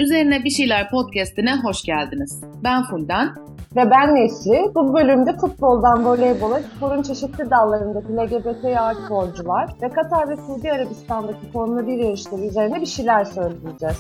Üzerine Bir Şeyler Podcast'ine hoş geldiniz. Ben Fulden. Ve ben Nesli. Bu bölümde futboldan voleybola, sporun çeşitli dallarındaki LGBT artı sporcular ve Katar ve Suudi Arabistan'daki Formula 1 yarışları üzerine bir şeyler söyleyeceğiz.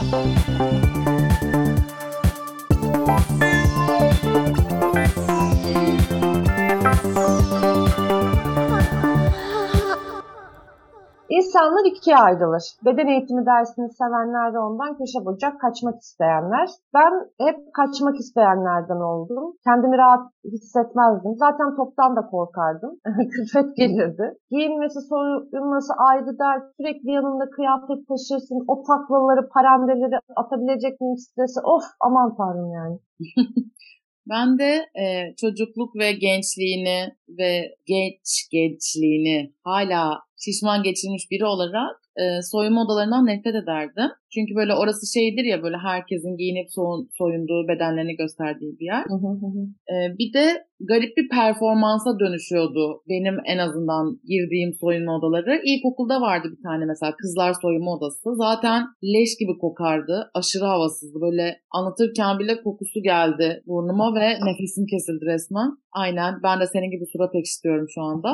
İnsanlar ikiye ayrılır. Beden eğitimi dersini sevenler ve ondan köşe bucak kaçmak isteyenler. Ben hep kaçmak isteyenlerden oldum. Kendimi rahat hissetmezdim. Zaten toptan da korkardım. Külfet gelirdi. Giyinmesi, soyunması ayrı dert. Sürekli yanında kıyafet taşırsın. O taklaları, parandeleri atabilecek miyim stresi? Of, aman tanrım yani. Ben de çocukluk ve gençliğini ve gençliğini hala şişman geçirmiş biri olarak soyunma odalarından nefret ederdim. Çünkü böyle orası şeydir ya, böyle herkesin giyinip soyunduğu, bedenlerini gösterdiği bir yer. Bir de garip bir performansa dönüşüyordu benim en azından girdiğim soyunma odaları. İlkokulda vardı bir tane mesela kızlar soyunma odası. Zaten leş gibi kokardı. Aşırı havasızdı. Böyle anlatırken bile kokusu geldi burnuma ve nefesim kesildi resmen. Aynen, ben de senin gibi surat ekşitiyorum şu anda.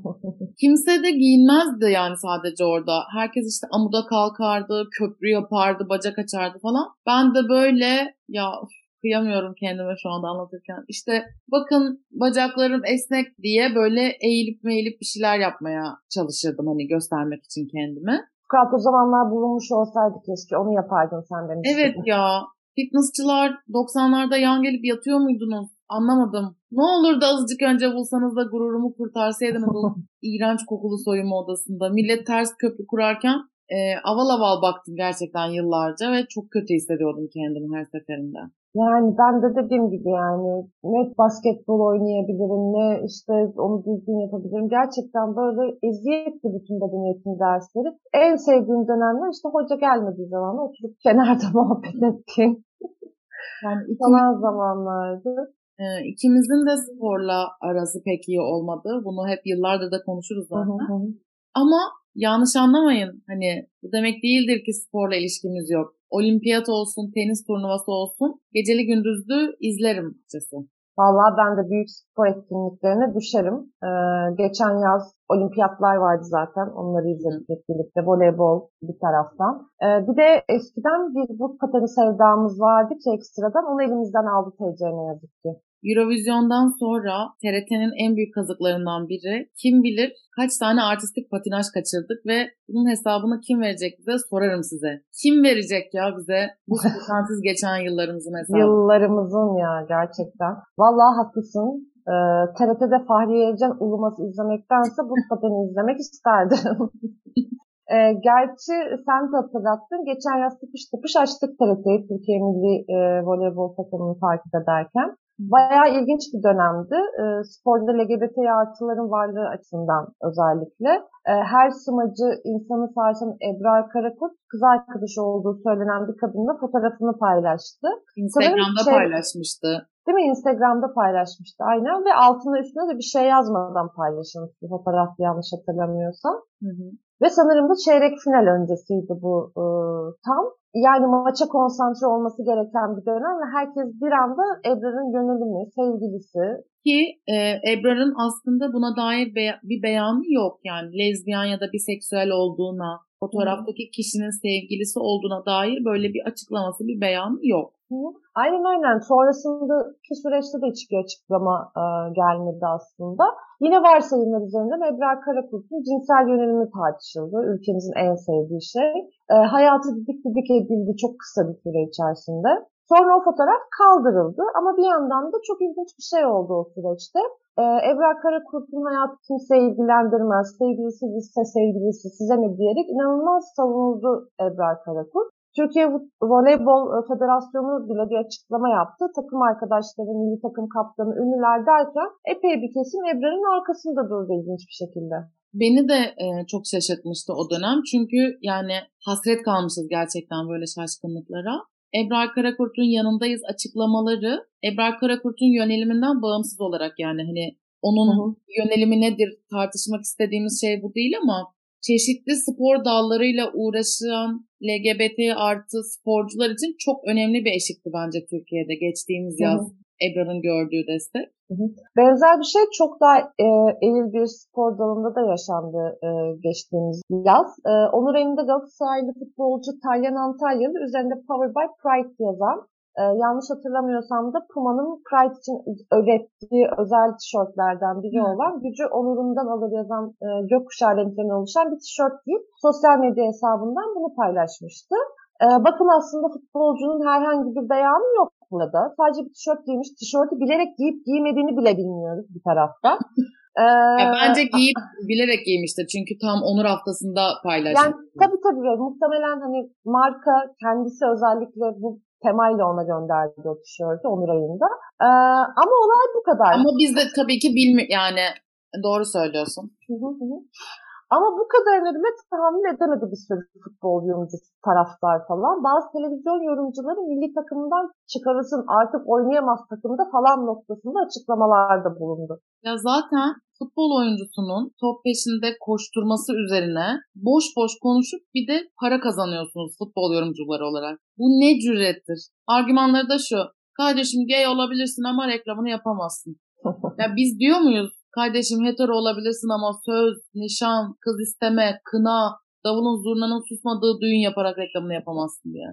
Kimse de giyinmezdi yani sadece orada. Herkes işte amuda kalkardı, köprü yapardı, bacak açardı falan. Ben de böyle ya kıyamıyorum kendime şu anda anlatırken. İşte bakın bacaklarım esnek diye böyle eğilip bir şeyler yapmaya çalışırdım hani göstermek için kendime. Fakat o zamanlar bulunmuş olsaydı keşke onu yapardın sen demiştin. Evet ya, fitnessçılar 90'larda yan gelip yatıyor muydunuz? Anlamadım. Ne olurdu azıcık önce bulsanız da gururumu kurtarsaydınız o iğrenç kokulu soyunma odasında. Millet ters köprü kurarken aval aval baktım gerçekten yıllarca ve çok kötü hissediyordum kendimi her seferinde. Yani ben de dediğim gibi yani ne basketbol oynayabilirim ne işte onu düzgün yapabilirim. Gerçekten böyle eziyetti bütün beden eğitimi dersleri. En sevdiğim dönemler işte hoca gelmediği zaman oturup kenarda muhabbet ettiğim yani falan zamanlardı. İkimizin de sporla arası pek iyi olmadı. Bunu hep yıllardır da konuşuruz zaten. Ama yanlış anlamayın. Hani bu demek değildir ki sporla ilişkimiz yok. Olimpiyat olsun, tenis turnuvası olsun, geceli gündüzlü izlerim açıkçası. Vallahi ben de büyük spor etkinliklerine düşerim. Geçen yaz olimpiyatlar vardı zaten. Onları izledik hep birlikte. Voleybol bir taraftan. Bir de eskiden bir buz pateni sevdamız vardı ki ekstradan. Onu elimizden aldı TC ne yazık ki. Eurovision'dan sonra TRT'nin en büyük kazıklarından biri. Kim bilir kaç tane artistik patinaj kaçırdık ve bunun hesabını kim verecek bize sorarım size. Kim verecek ya bize bu spontaniz geçen yıllarımızın hesabını? Yıllarımızın ya gerçekten. Vallahi haklısın. TRT'de Fahriye Evcen uluması izlemektense buz pateni izlemek isterdim. Gerçi sen de hatırlattın. Geçen yaz tıpış açtık TRT'yi Türkiye Milli Voleybol takımını takip ederken. Bayağı ilginç bir dönemdi. Sporda LGBT artıların varlığı açısından özellikle. Her smacı insanı sarsan Ebrar Karakurt kız arkadaşı olduğu söylenen bir kadınla fotoğrafını paylaştı. Instagram'da paylaşmıştı. Değil mi? Instagram'da paylaşmıştı aynen ve altına üstüne de bir şey yazmadan paylaşılmış bir fotoğraf yanlış hatırlamıyorsam. Ve sanırım da çeyrek final öncesiydi bu tam. Yani maça konsantre olması gereken bir dönem ve herkes bir anda Ebrar'ın yönelimi, sevgilisi. Ki Ebrar'ın aslında buna dair bir beyanı yok yani lezbiyen ya da biseksüel olduğuna, fotoğraftaki kişinin sevgilisi olduğuna dair böyle bir açıklaması, bir beyanı yok. Aynen. Sonrasındaki süreçte de hiçbir açıklama gelmedi aslında. Yine varsayımlar üzerinden Ebrar Karakurt'un cinsel yönelimi tartışıldı. Ülkemizin en sevdiği şey. Hayatı didik edildi çok kısa bir süre içerisinde. Sonra o fotoğraf kaldırıldı ama bir yandan da çok ilginç bir şey oldu o süreçte. Ebrar Karakurt'un hayatı kimseyi ilgilendirmez, sevgilisi ise sevgilisi size ne diyerek inanılmaz savunuldu Ebrar Karakurt. Türkiye Voleybol Federasyonu bile bir açıklama yaptı. Takım arkadaşları, milli takım kaptanı, ünlüler derken epey bir kesim Ebrar'ın arkasında durdu ilginç bir şekilde. Beni de çok şaşırtmıştı o dönem. Çünkü yani hasret kalmışız gerçekten böyle şaşkınlıklara. Ebrar Karakurt'un yanındayız açıklamaları, Ebrar Karakurt'un yöneliminden bağımsız olarak yani hani onun yönelimi nedir tartışmak istediğimiz şey bu değil ama çeşitli spor dallarıyla uğraşan LGBT artı sporcular için çok önemli bir eşikti bence Türkiye'de geçtiğimiz yaz Ebrar'ın gördüğü destek. Benzer bir şey çok daha eril bir spor dalında da yaşandı geçtiğimiz yaz. Onur Emre'de Galatasaraylı futbolcu Taylan Antalyalı üzerinde Power by Pride yazan, yanlış hatırlamıyorsam da Puma'nın Pride için ürettiği özel tişörtlerden biri olan Gücü Onur'undan alır yazan gökkuşağı renklerinden oluşan bir tişört giyip sosyal medya hesabından bunu paylaşmıştı. Bakın aslında futbolcunun herhangi bir beyanı yok burada. Sadece bir tişört giymiş. Tişörtü bilerek giyip giymediğini bile bilmiyoruz bir tarafta. Bence giyip bilerek giymiştir. Çünkü tam Onur haftasında paylaşmış. Yani tabii. Muhtemelen hani marka kendisi özellikle bu temayla ona gönderdi o tişörtü Onur ayında. Ama olay bu kadar. Ama biz de tabii ki yani doğru söylüyorsun. Ama bu kadarını bile tahammül edemedi bir sürü futbol yorumcusu, taraftar falan. Bazı televizyon yorumcuları milli takımdan çıkarılsın, artık oynayamaz takımda falan noktasında açıklamalarda bulundu. Ya zaten futbol oyuncusunun top peşinde koşturması üzerine boş boş konuşup bir de para kazanıyorsunuz futbol yorumcuları olarak. Bu ne cürettir? Argümanları da şu: kardeşim gay olabilirsin ama reklamını yapamazsın. Ya biz diyor muyuz? Kardeşim hetero olabilirsin ama söz, nişan, kız isteme, kına, davulun zurnanın susmadığı düğün yaparak reklamını yapamazsın diye.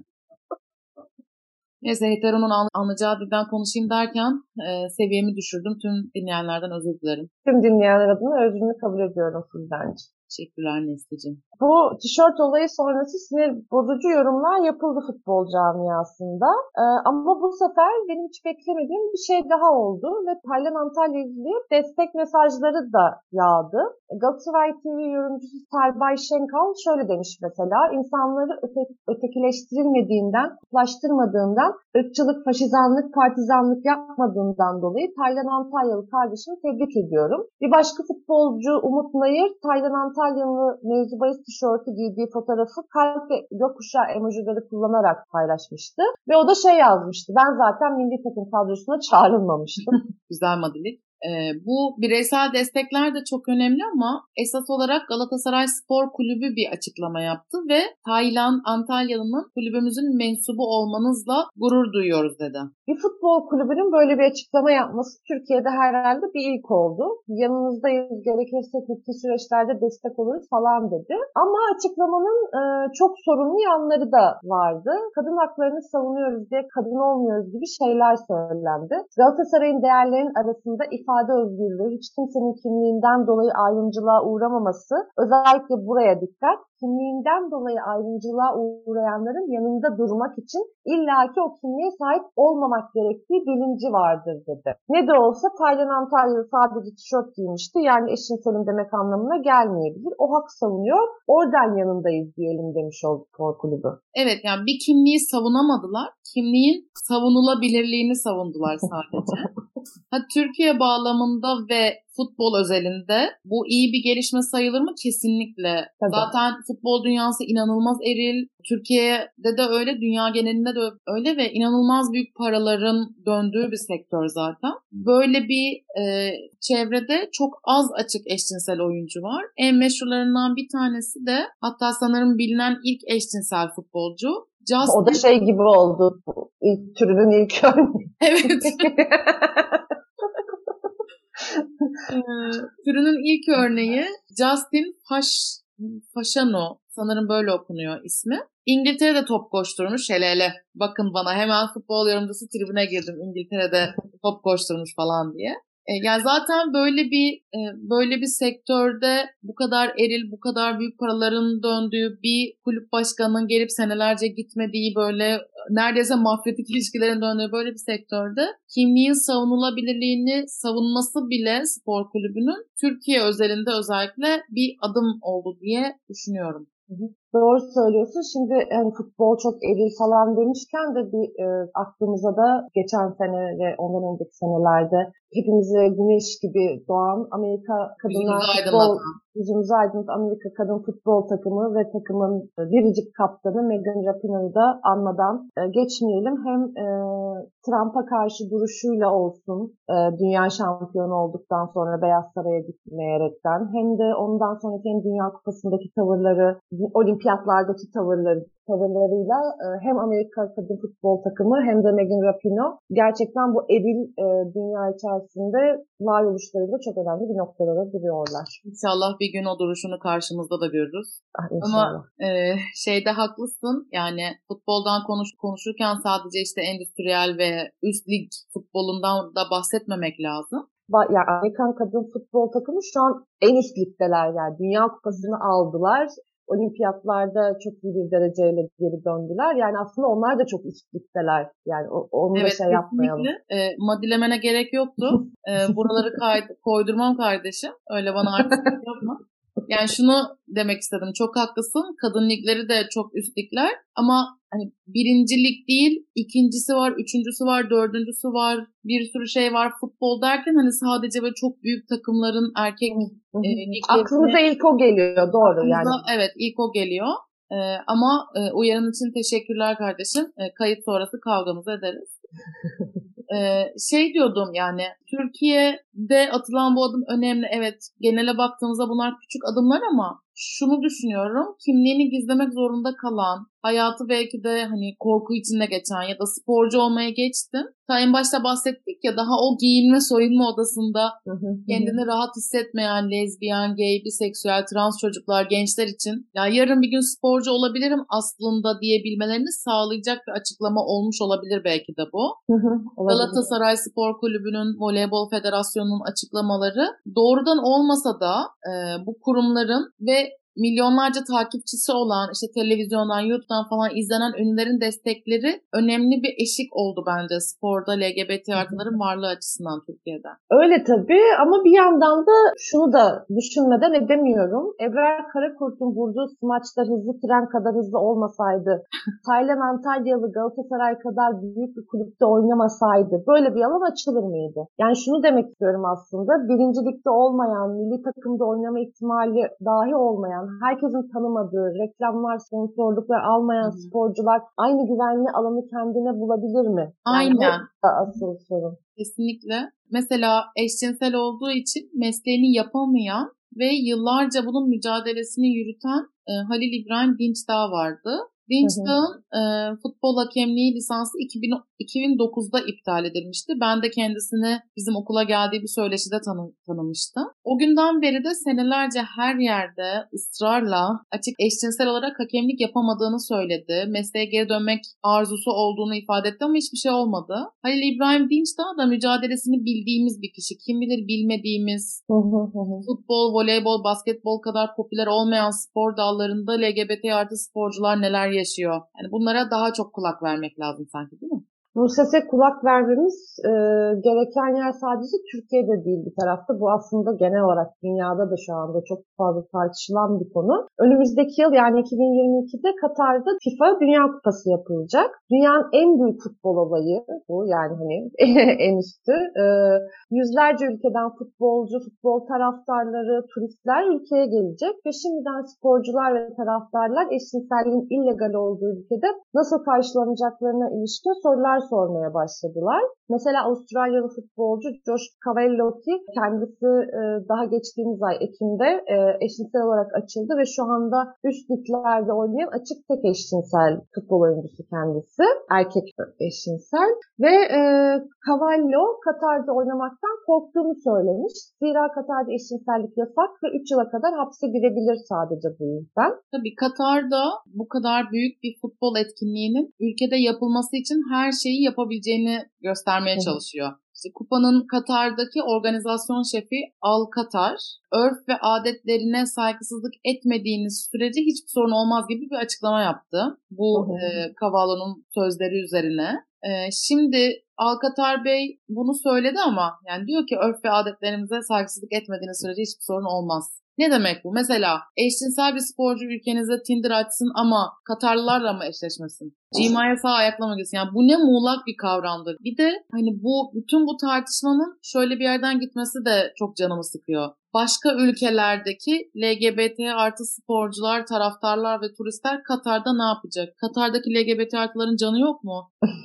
Neyse, heteronun anlayacağı dilden konuşayım derken seviyemi düşürdüm. Tüm dinleyenlerden özür dilerim. Tüm dinleyenler adına özrünü kabul ediyorum Fulden'cim. Teşekkürler Nesli'cim. Bu tişört olayı sonrası sinir bozucu yorumlar yapıldı futbol camiasında. Ama bu sefer benim hiç beklemediğim bir şey daha oldu ve Taylan Antalya ilgili destek mesajları da yağdı. Galatasaray TV yorumcusu Serbay Şenkal şöyle demiş mesela: insanları ötekileştirilmediğinden, kutlaştırmadığından, ırkçılık, faşizanlık, partizanlık yapmadığından dolayı Taylan Antalyalı kardeşimi tebrik ediyorum. Bir başka futbolcu Umut Nayır, Taylan Antalyalı mevzu bahis tişörtü giydiği fotoğrafı kalp ve gökkuşağı emojileri kullanarak paylaşmıştı. Ve o da şey yazmıştı: ben zaten milli takım kadrosuna çağrılmamıştım. Güzel madilik. Bu bireysel destekler de çok önemli ama esas olarak Galatasaray Spor Kulübü bir açıklama yaptı ve Taylan Antalyalı'nın kulübümüzün mensubu olmanızla gurur duyuyoruz dedi. Bir futbol kulübünün böyle bir açıklama yapması Türkiye'de herhalde bir ilk oldu. Yanınızdayız, gerekirse hukuki süreçlerde destek oluruz falan dedi. Ama açıklamanın çok sorunlu yanları da vardı. Kadın haklarını savunuyoruz diye kadın olmuyoruz gibi şeyler söylendi. Galatasaray'ın değerlerinin arasında ifade özgürlüğü, hiç kimsenin kimliğinden dolayı ayrımcılığa uğramaması, özellikle buraya dikkat, kimliğinden dolayı ayrımcılığa uğrayanların yanında durmak için illaki o kimliğe sahip olmamak gerektiği bilinci vardır dedi. Ne de olsa Taylan Antalyalı sadece tişört giymişti, yani eşcinselim demek anlamına gelmeyebilir. O hak savunuyor, oradan yanındayız diyelim demiş oldu spor kulübü. Evet, yani bir kimliği savunamadılar, kimliğin savunulabilirliğini savundular sadece. Türkiye bağlamında ve futbol özelinde bu iyi bir gelişme sayılır mı? Kesinlikle. Tabii. Zaten futbol dünyası inanılmaz eril. Türkiye'de de öyle, dünya genelinde de öyle ve inanılmaz büyük paraların döndüğü bir sektör zaten. Böyle bir çevrede çok az açık eşcinsel oyuncu var. En meşhurlarından bir tanesi de, hatta sanırım bilinen ilk eşcinsel futbolcu Justin. O da şey gibi oldu. Türünün ilk örneği. Evet. Türünün ilk örneği Justin Fashanu, sanırım böyle okunuyor ismi. İngiltere'de top koşturmuş, hele bakın bana, hemen futbol yorumcusu tribüne girdim, İngiltere'de top koşturmuş falan diye. Yani zaten böyle bir sektörde bu kadar eril, bu kadar büyük paraların döndüğü, bir kulüp başkanının gelip senelerce gitmediği, böyle neredeyse mafyatik ilişkilerin döndüğü böyle bir sektörde kimliğin savunulabilirliğini savunması bile spor kulübünün Türkiye özelinde özellikle bir adım oldu diye düşünüyorum. Doğru söylüyorsun. Şimdi yani futbol çok eril falan demişken de bir aklımıza da geçen sene ve ondan önceki senelerde hepimize güneş gibi doğan Amerika kadınlar futbol, yüzümüzü aydınlatan Amerika kadın futbol takımı ve takımın biricik kaptanı Megan Rapinoe'yu da anmadan geçmeyelim. Hem Trump'a karşı duruşuyla olsun, dünya şampiyonu olduktan sonra Beyaz Saray'a gitmeyerekten, hem de ondan sonraki hem Dünya Kupası'ndaki tavırları, olimpiyatlardaki tavırları tavırlarıyla hem Amerika kadın futbol takımı hem de Megan Rapinoe gerçekten bu eril dünya içerisinde varoluşlarıyla çok önemli bir noktalara duruyorlar. İnşallah bir gün o duruşunu karşımızda da görürüz. Ama İnşallah. şeyde haklısın, yani futboldan konuşurken sadece işte endüstriyel ve üst lig futbolundan da bahsetmemek lazım. Yani Amerikan kadın futbol takımı şu an en üst ligdeler, yani Dünya Kupası'nı aldılar. Olimpiyatlarda çok iyi bir dereceyle geri döndüler. Yani aslında onlar da çok üst ligdeler. Yani onu da şey yapmayalım. Evet, madilemene gerek yoktu. Buraları koydurmam kardeşim. Öyle bana artık yapma. Yani şunu demek istedim. Çok haklısın. Kadın ligleri de çok üst ligler. Ama hani birinci lig değil, ikincisi var, üçüncüsü var, dördüncüsü var. Bir sürü şey var. Futbol derken hani sadece böyle çok büyük takımların erkek liglerine... Aklımıza ilk o geliyor. Doğru yani. Evet, ilk o geliyor. Ama uyarın için teşekkürler kardeşim. Kayıt sonrası kavgamızı ederiz. Şey diyordum, yani Türkiye'de atılan bu adım önemli. Evet, genele baktığımızda bunlar küçük adımlar ama şunu düşünüyorum. Kimliğini gizlemek zorunda kalan, hayatı belki de hani korku içinde geçen ya da sporcu olmaya geçtim. En başta bahsettik ya, daha o giyinme soyunma odasında kendini rahat hissetmeyen lezbiyen, gay, biseksüel, trans çocuklar, gençler için ya yarın bir gün sporcu olabilirim aslında diyebilmelerini sağlayacak bir açıklama olmuş olabilir belki de bu. Galatasaray Spor Kulübü'nün, Voleybol Federasyonu'nun açıklamaları doğrudan olmasa da bu kurumların ve milyonlarca takipçisi olan, işte televizyondan, YouTube'dan falan izlenen ünlülerin destekleri önemli bir eşik oldu bence sporda LGBT artıların varlığı açısından Türkiye'de. Öyle tabii ama bir yandan da şunu da düşünmeden edemiyorum. Ebrar Karakurt'un vurduğu smaçta hızlı tren kadar hızlı olmasaydı, Taylan Antalyalı Galatasaray kadar büyük bir kulüpte oynamasaydı böyle bir alan açılır mıydı? Yani şunu demek istiyorum aslında. Birinci ligde olmayan, milli takımda oynama ihtimali dahi olmayan, herkesin tanımadığı, reklamlar, sponsorluklar almayan sporcular aynı güvenli alanı kendine bulabilir mi? Aynen. Bu da asıl sorun. Kesinlikle. Mesela eşcinsel olduğu için mesleğini yapamayan ve yıllarca bunun mücadelesini yürüten Halil İbrahim Dinçdağ vardı. Dinçdağ'ın futbol hakemliği lisansı 2009'da iptal edilmişti. Ben de kendisini bizim okula geldiği bir söyleşide tanımıştım. O günden beri de senelerce her yerde ısrarla açık eşcinsel olarak hakemlik yapamadığını söyledi. Mesleğe geri dönmek arzusu olduğunu ifade etti ama hiçbir şey olmadı. Halil İbrahim Dinçdağ da mücadelesini bildiğimiz bir kişi. Kim bilir bilmediğimiz futbol, voleybol, basketbol kadar popüler olmayan spor dallarında LGBT artı sporcular neler yaşıyor. Yani bunlara daha çok kulak vermek lazım sanki, değil mi? Bu sese kulak vermemiz gereken yer sadece Türkiye'de değil bir tarafta. Bu aslında genel olarak dünyada da şu anda çok fazla tartışılan bir konu. Önümüzdeki yıl yani 2022'de Katar'da FIFA Dünya Kupası yapılacak. Dünyanın en büyük futbol olayı bu, yani hani en üstü. Yüzlerce ülkeden futbolcu, futbol taraftarları, turistler ülkeye gelecek ve şimdiden sporcular ve taraftarlar eşcinselliğin illegal olduğu ülkede nasıl karşılanacaklarına ilişkin sorular sormaya başladılar. Mesela Avustralyalı futbolcu Josh Cavallo ki kendisi daha geçtiğimiz ay Ekim'de eşcinsel olarak açıldı ve şu anda üst liglerde oynayan açık tek eşcinsel futbol oyuncusu kendisi. Erkek eşcinsel ve Cavallo Katar'da oynamaktan korktuğunu söylemiş. Zira Katar'da eşcinsellik yasak ve 3 yıla kadar hapse girebilir sadece bu yüzden. Tabii Katar'da bu kadar büyük bir futbol etkinliğinin ülkede yapılması için her şeyi yapabileceğini göstermeye çalışıyor. İşte kupanın Katar'daki organizasyon şefi Al Katar, örf ve adetlerine saygısızlık etmediğiniz sürece hiçbir sorun olmaz gibi bir açıklama yaptı. Bu Cavallo'nun sözleri üzerine. Şimdi Alkatar Bey bunu söyledi ama yani diyor ki örf ve adetlerimize saygısızlık etmediğiniz sürece hiçbir sorun olmaz. Ne demek bu? Mesela eşcinsel bir sporcu ülkenizde Tinder açsın ama Katarlılarla mı eşleşmesin? Cimaya sağ ayakla mı gitsin? Yani bu ne muğlak bir kavramdır. Bir de hani bütün bu tartışmanın şöyle bir yerden gitmesi de çok canımı sıkıyor. Başka ülkelerdeki LGBT artı sporcular, taraftarlar ve turistler Katar'da ne yapacak? Katar'daki LGBT artıların canı yok mu?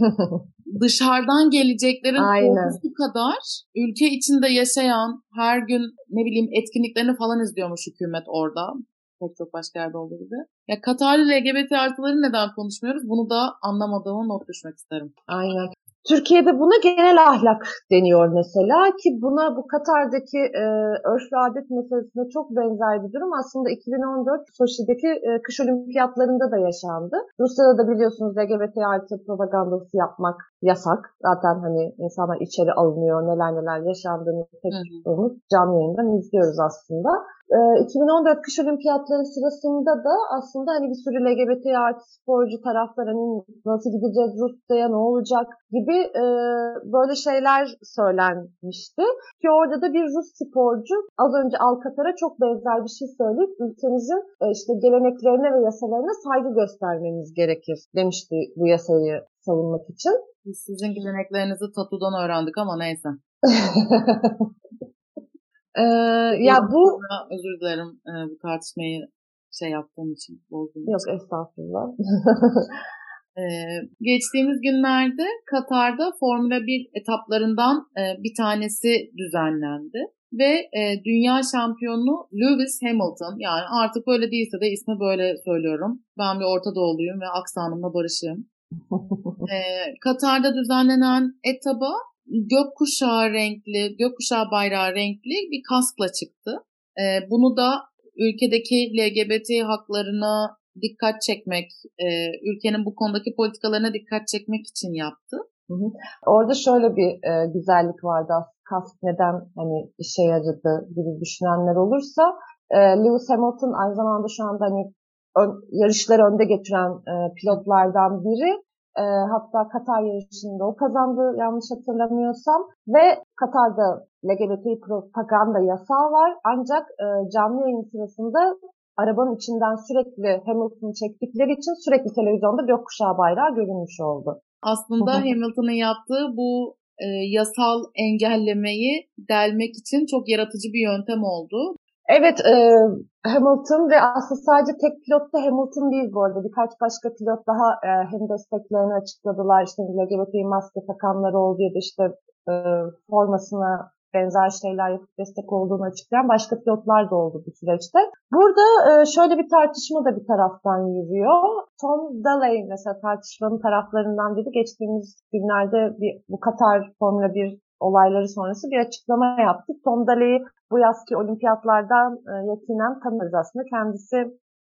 Dışarıdan geleceklerin korkusu kadar ülke içinde yaşayan, her gün ne bileyim etkinliklerini falan izliyormuş hükümet orada. Pek çok başka yerde olduğu gibi. Ya Katarlı LGBT artıları neden konuşmuyoruz? Bunu da anlamadığıma not düşmek isterim. Aynen. Türkiye'de buna genel ahlak deniyor mesela ki bu Katar'daki örf ve adet meselesine çok benzer bir durum aslında 2014 Soçi'deki kış olimpiyatlarında da yaşandı. Rusya'da da biliyorsunuz LGBT artı propagandası yapmak yasak. Zaten hani insanlar içeri alınıyor, neler neler yaşandığını pek çoğumuz canlı yayından izliyoruz aslında. 2014 kış olimpiyatları sırasında da aslında hani bir sürü LGBT artı sporcu taraftar hani nasıl gideceğiz Rusya'ya ne olacak gibi böyle şeyler söylenmişti. Ki orada da bir Rus sporcu az önce Alkatar'a çok benzer bir şey söyleyip ülkemizin işte geleneklerine ve yasalarına saygı göstermemiz gerekir demişti bu yasayı savunmak için. Biz sizin geleneklerinizi tatudan öğrendik ama neyse. Ya bu özür dilerim bu tartışmayı yaptığım için, bozduğum yok, için. Estağfurullah. Geçtiğimiz günlerde Katar'da Formula 1 etaplarından bir tanesi düzenlendi ve dünya şampiyonu Lewis Hamilton, yani artık böyle değilse de ismi böyle söylüyorum. Ben bir Orta Doğuluyum ve aksanımla barışığım. Katar'da düzenlenen etaba gökkuşağı bayrağı renkli bir kaskla çıktı. Bunu da ülkedeki LGBT haklarına dikkat çekmek, ülkenin bu konudaki politikalarına dikkat çekmek için yaptı. Orada şöyle bir güzellik vardı aslında. Kask neden hani işe yaradı gibi düşünenler olursa Lewis Hamilton aynı zamanda şu anda hani yarışları önde getiren pilotlardan biri. Hatta Katar yarışında o kazandı yanlış hatırlamıyorsam ve Katar'da LGBT propaganda yasağı var ancak canlı yayın sırasında arabanın içinden sürekli Hamilton'ı çektikleri için sürekli televizyonda gökkuşağı bayrağı görünmüş oldu. Aslında Hamilton'ın yaptığı bu yasal engellemeyi delmek için çok yaratıcı bir yöntem oldu. Evet, Hamilton ve aslında sadece tek pilot da Hamilton değil bu arada. Birkaç başka pilot daha hem desteklerini açıkladılar. İşte LGBT maske takanlar oldu ya da işte formasına benzer şeyler yapıp destek olduğunu açıklayan başka pilotlar da oldu bu süreçte. Burada şöyle bir tartışma da bir taraftan yürüyor. Tom Daley mesela tartışmanın taraflarından biri geçtiğimiz günlerde bu Katar Formula 1 olayları sonrası bir açıklama yaptı. Tom Daley'i bu yazki olimpiyatlardan yakinen tanırız aslında. Kendisi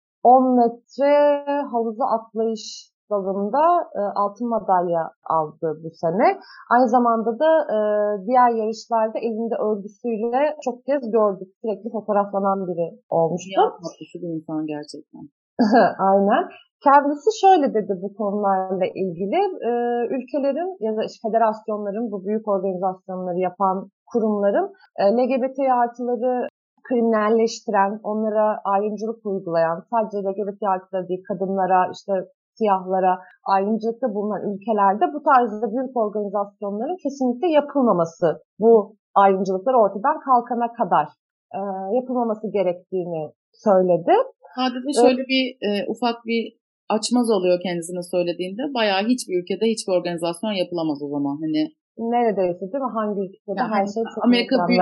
10 metre havuza atlayış dalında altın madalya aldı bu sene. Aynı zamanda da diğer yarışlarda elinde örgüsüyle çok kez gördük. Sürekli fotoğraflanan biri olmuştu. Ya tatlısı bir insan gerçekten. Aynen. Kendisi şöyle dedi bu konularla ilgili. Ülkelerin ya da federasyonların, bu büyük organizasyonları yapan kurumların LGBT artıları kriminalleştiren, onlara ayrımcılık uygulayan, sadece LGBT artıları değil kadınlara, işte siyahlara ayrımcılıkta bulunan ülkelerde bu tarzda büyük organizasyonların kesinlikle yapılmaması, bu ayrımcılıklar ortadan kalkana kadar yapılmaması gerektiğini söyledi. Sadece şöyle bir ufak bir açmaz oluyor kendisine söylediğinde. Bayağı hiçbir ülkede hiçbir organizasyon yapılamaz o zaman. Hani neredeyse değil mi? Hangi ülkede yani her şey çok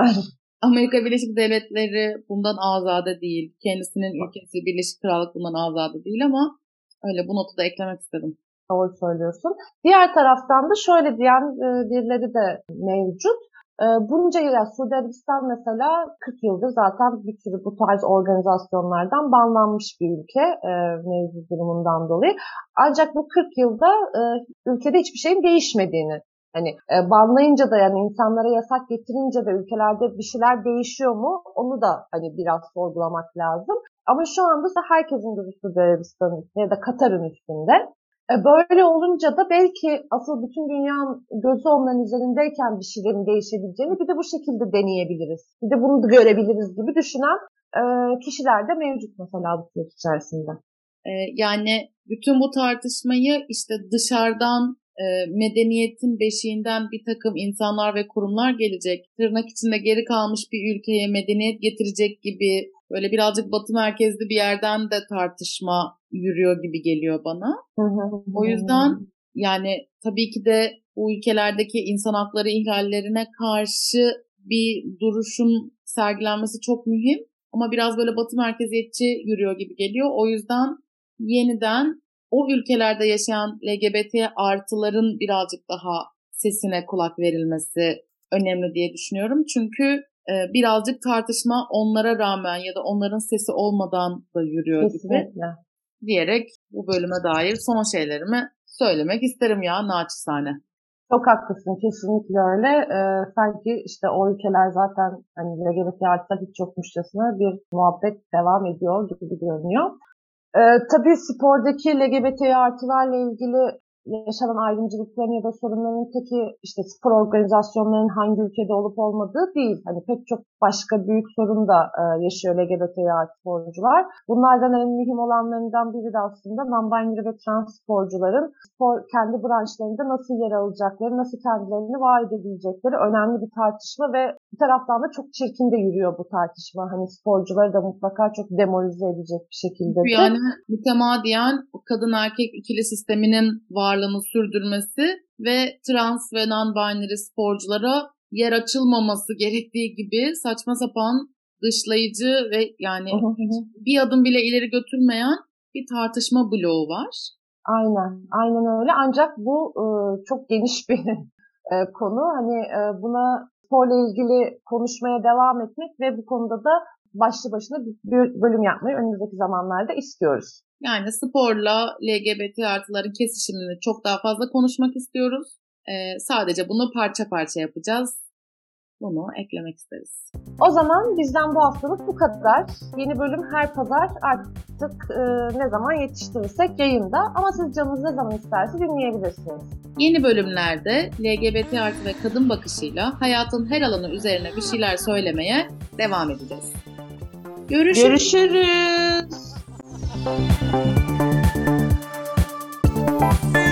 Amerika Birleşik Devletleri bundan azade değil. Kendisinin ülkesi Birleşik Krallık bundan azade değil ama öyle bu notu da eklemek istedim. Doğru söylüyorsun. Diğer taraftan da şöyle diyen birileri de mevcut. Bunca yıl Suudi Arabistan mesela 40 yıldır zaten bir sürü bu tarz organizasyonlardan banlanmış bir ülke mevcut durumundan dolayı. Ancak bu 40 yılda ülkede hiçbir şeyin değişmediğini, hani banlayınca da yani insanlara yasak getirince de ülkelerde bir şeyler değişiyor mu onu da hani biraz sorgulamak lazım. Ama şu anda da herkesin gözü Suudi Arabistan'ın ya da Katar'ın üstünde. Böyle olunca da belki asıl bütün dünyanın gözü onların üzerindeyken bir şeylerin değişebileceğini bir de bu şekilde deneyebiliriz. Bir de bunu da görebiliriz gibi düşünen kişiler de mevcut mesela bu süreç içerisinde. Yani bütün bu tartışmayı işte dışarıdan medeniyetin beşiğinden bir takım insanlar ve kurumlar gelecek. Tırnak içinde geri kalmış bir ülkeye medeniyet getirecek gibi böyle birazcık batı merkezli bir yerden de tartışma yürüyor gibi geliyor bana. O yüzden yani tabii ki de bu ülkelerdeki insan hakları ihlallerine karşı bir duruşun sergilenmesi çok mühim. ama biraz böyle Batı merkeziyetçi yürüyor gibi geliyor. O yüzden yeniden o ülkelerde yaşayan LGBT artıların birazcık daha sesine kulak verilmesi önemli diye düşünüyorum. Çünkü birazcık tartışma onlara rağmen ya da onların sesi olmadan da yürüyor Kesinlikle. gibi diyerek bu bölüme dair son şeylerimi söylemek isterim ya naçizane. Çok haklısın, kesinlikle öyle. Sanki işte o ülkeler zaten hani LGBT artılar hiç yokmuşçasına bir muhabbet devam ediyor gibi görünüyor. Tabii spordaki LGBT artılarla ilgili yaşanan ayrımcılıkların ya da sorunların teki işte spor organizasyonlarının hangi ülkede olup olmadığı değil. Hani pek çok başka büyük sorun da yaşıyor LGBT artı sporcular. Bunlardan en mühim olanlarından biri de aslında non-binary ve trans sporcuların kendi branşlarında nasıl yer alacakları, nasıl kendilerini var edebilecekleri önemli bir tartışma ve bir taraftan da çok çirkin de yürüyor bu tartışma. Hani sporcuları da mutlaka çok demoralize edecek bir şekilde. Yani mütemadiyen kadın erkek ikili sisteminin varlığını sürdürmesi ve trans ve non-binary sporculara yer açılmaması gerektiği gibi saçma sapan, dışlayıcı ve yani bir adım bile ileri götürmeyen bir tartışma bloğu var. Aynen öyle. Ancak bu çok geniş bir konu. Hani buna sporla ilgili konuşmaya devam etmek ve bu konuda da başlı başına bir bölüm yapmayı önümüzdeki zamanlarda istiyoruz. Yani sporla LGBT artıların kesişimini çok daha fazla konuşmak istiyoruz. Sadece bunu parça parça yapacağız. Bunu eklemek isteriz. O zaman bizden bu haftalık bu kadar. Yeni bölüm her pazar artık ne zaman yetiştirirsek yayında. Ama siz canınız ne zaman isterse dinleyebilirsiniz. Yeni bölümlerde LGBT artı ve kadın bakışıyla hayatın her alanı üzerine bir şeyler söylemeye devam edeceğiz. Görüşürüz.